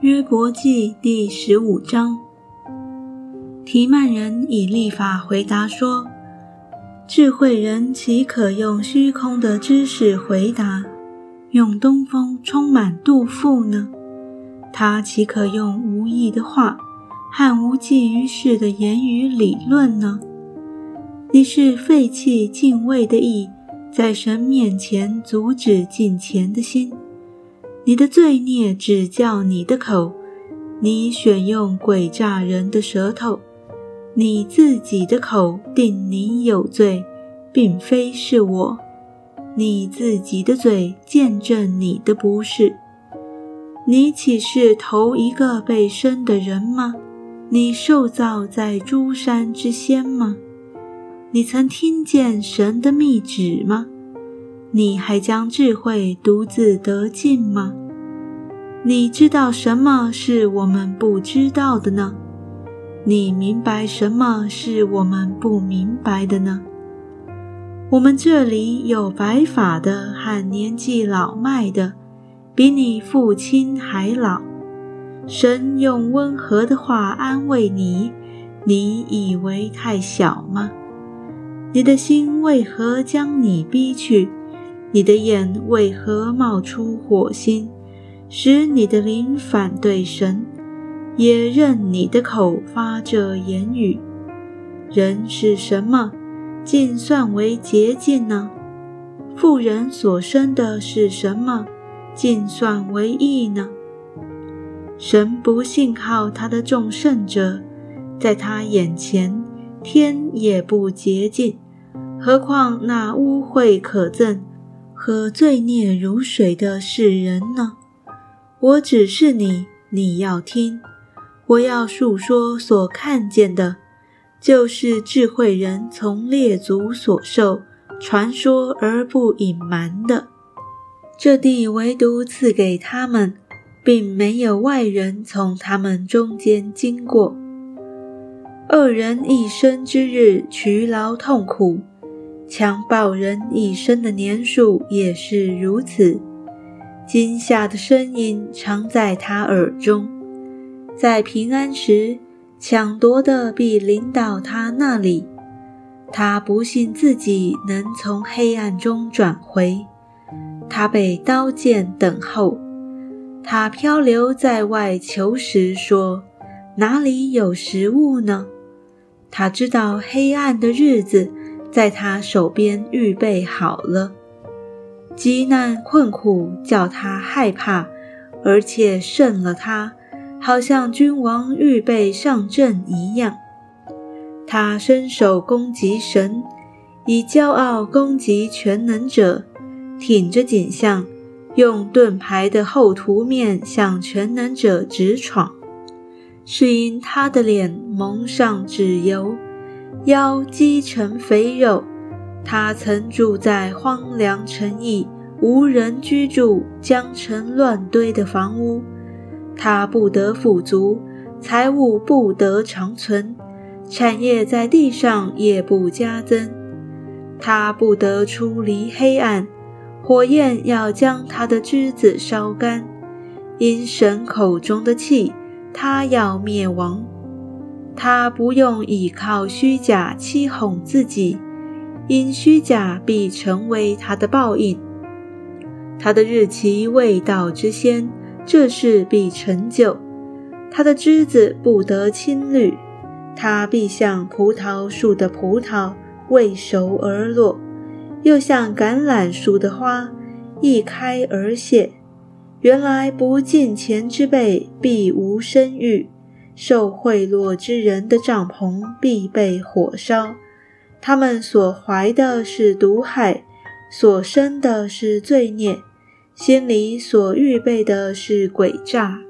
约伯记第15章。提曼人以利法回答说：智慧人岂可用虚空的知识回答，用东风充满肚腹呢？他岂可用无益的话和无济于事的言语理论呢？你是废弃敬畏的意，在神面前阻止敬虔的心。你的罪孽指教你的口，你选用诡诈人的舌头，你自己的口定你有罪，并非是我。你自己的嘴见证你的不是。你岂是头一个被生的人吗？你受造在诸山之先吗？你曾听见神的密旨吗？你还将智慧独自得尽吗？你知道什么是我们不知道的呢？你明白什么是我们不明白的呢？我们这里有白发的和年纪老迈的，比你父亲还老。神用温和的话安慰你，你以为太小吗？你的心为何将你逼去？你的眼为何冒出火星，使你的灵反对神，也任你的口发这言语？人是什么，竟算为洁净呢？妇人所生的是什么，竟算为义呢？神不信靠他的众圣者，在他眼前天也不洁净，何况那污秽可憎和罪孽如水的世人呢？我指示你，你要听，我要述说所看见的，就是智慧人从列祖所受传说而不隐瞒的。这地唯独赐给他们，并没有外人从他们中间经过。恶人一生之日劬劳痛苦，强暴人一生的年数也是如此。惊吓的声音常在他耳中，在平安时抢夺的必临到他那里。他不信自己能从黑暗中转回，他被刀剑等候。他漂流在外求食，说：哪里有食物呢？他知道黑暗的日子在他手边预备好了。极难困苦叫他害怕，而且胜了他，好像君王预备上阵一样。他伸手攻击神，以骄傲攻击全能者，挺着颈项，用盾牌的厚涂面向全能者直闯。是因他的脸蒙上脂油，腰积成肥肉。他曾住在荒凉城邑，无人居住，将城乱堆的房屋。他不得富足，财物不得长存，产业在地上也不加增。他不得出离黑暗，火焰要将他的枝子烧干。因神口中的气，他要灭亡。他不用倚靠虚假欺哄自己，因虚假必成为他的报应。他的日期未到之先，这事必成就。他的枝子不得青绿，他必像葡萄树的葡萄未熟而落，又像橄榄树的花一开而谢。原来不敬虔之辈必无生育，受贿赂之人的帐篷必被火烧。他们所怀的是毒害，所生的是罪孽，心里所预备的是诡诈。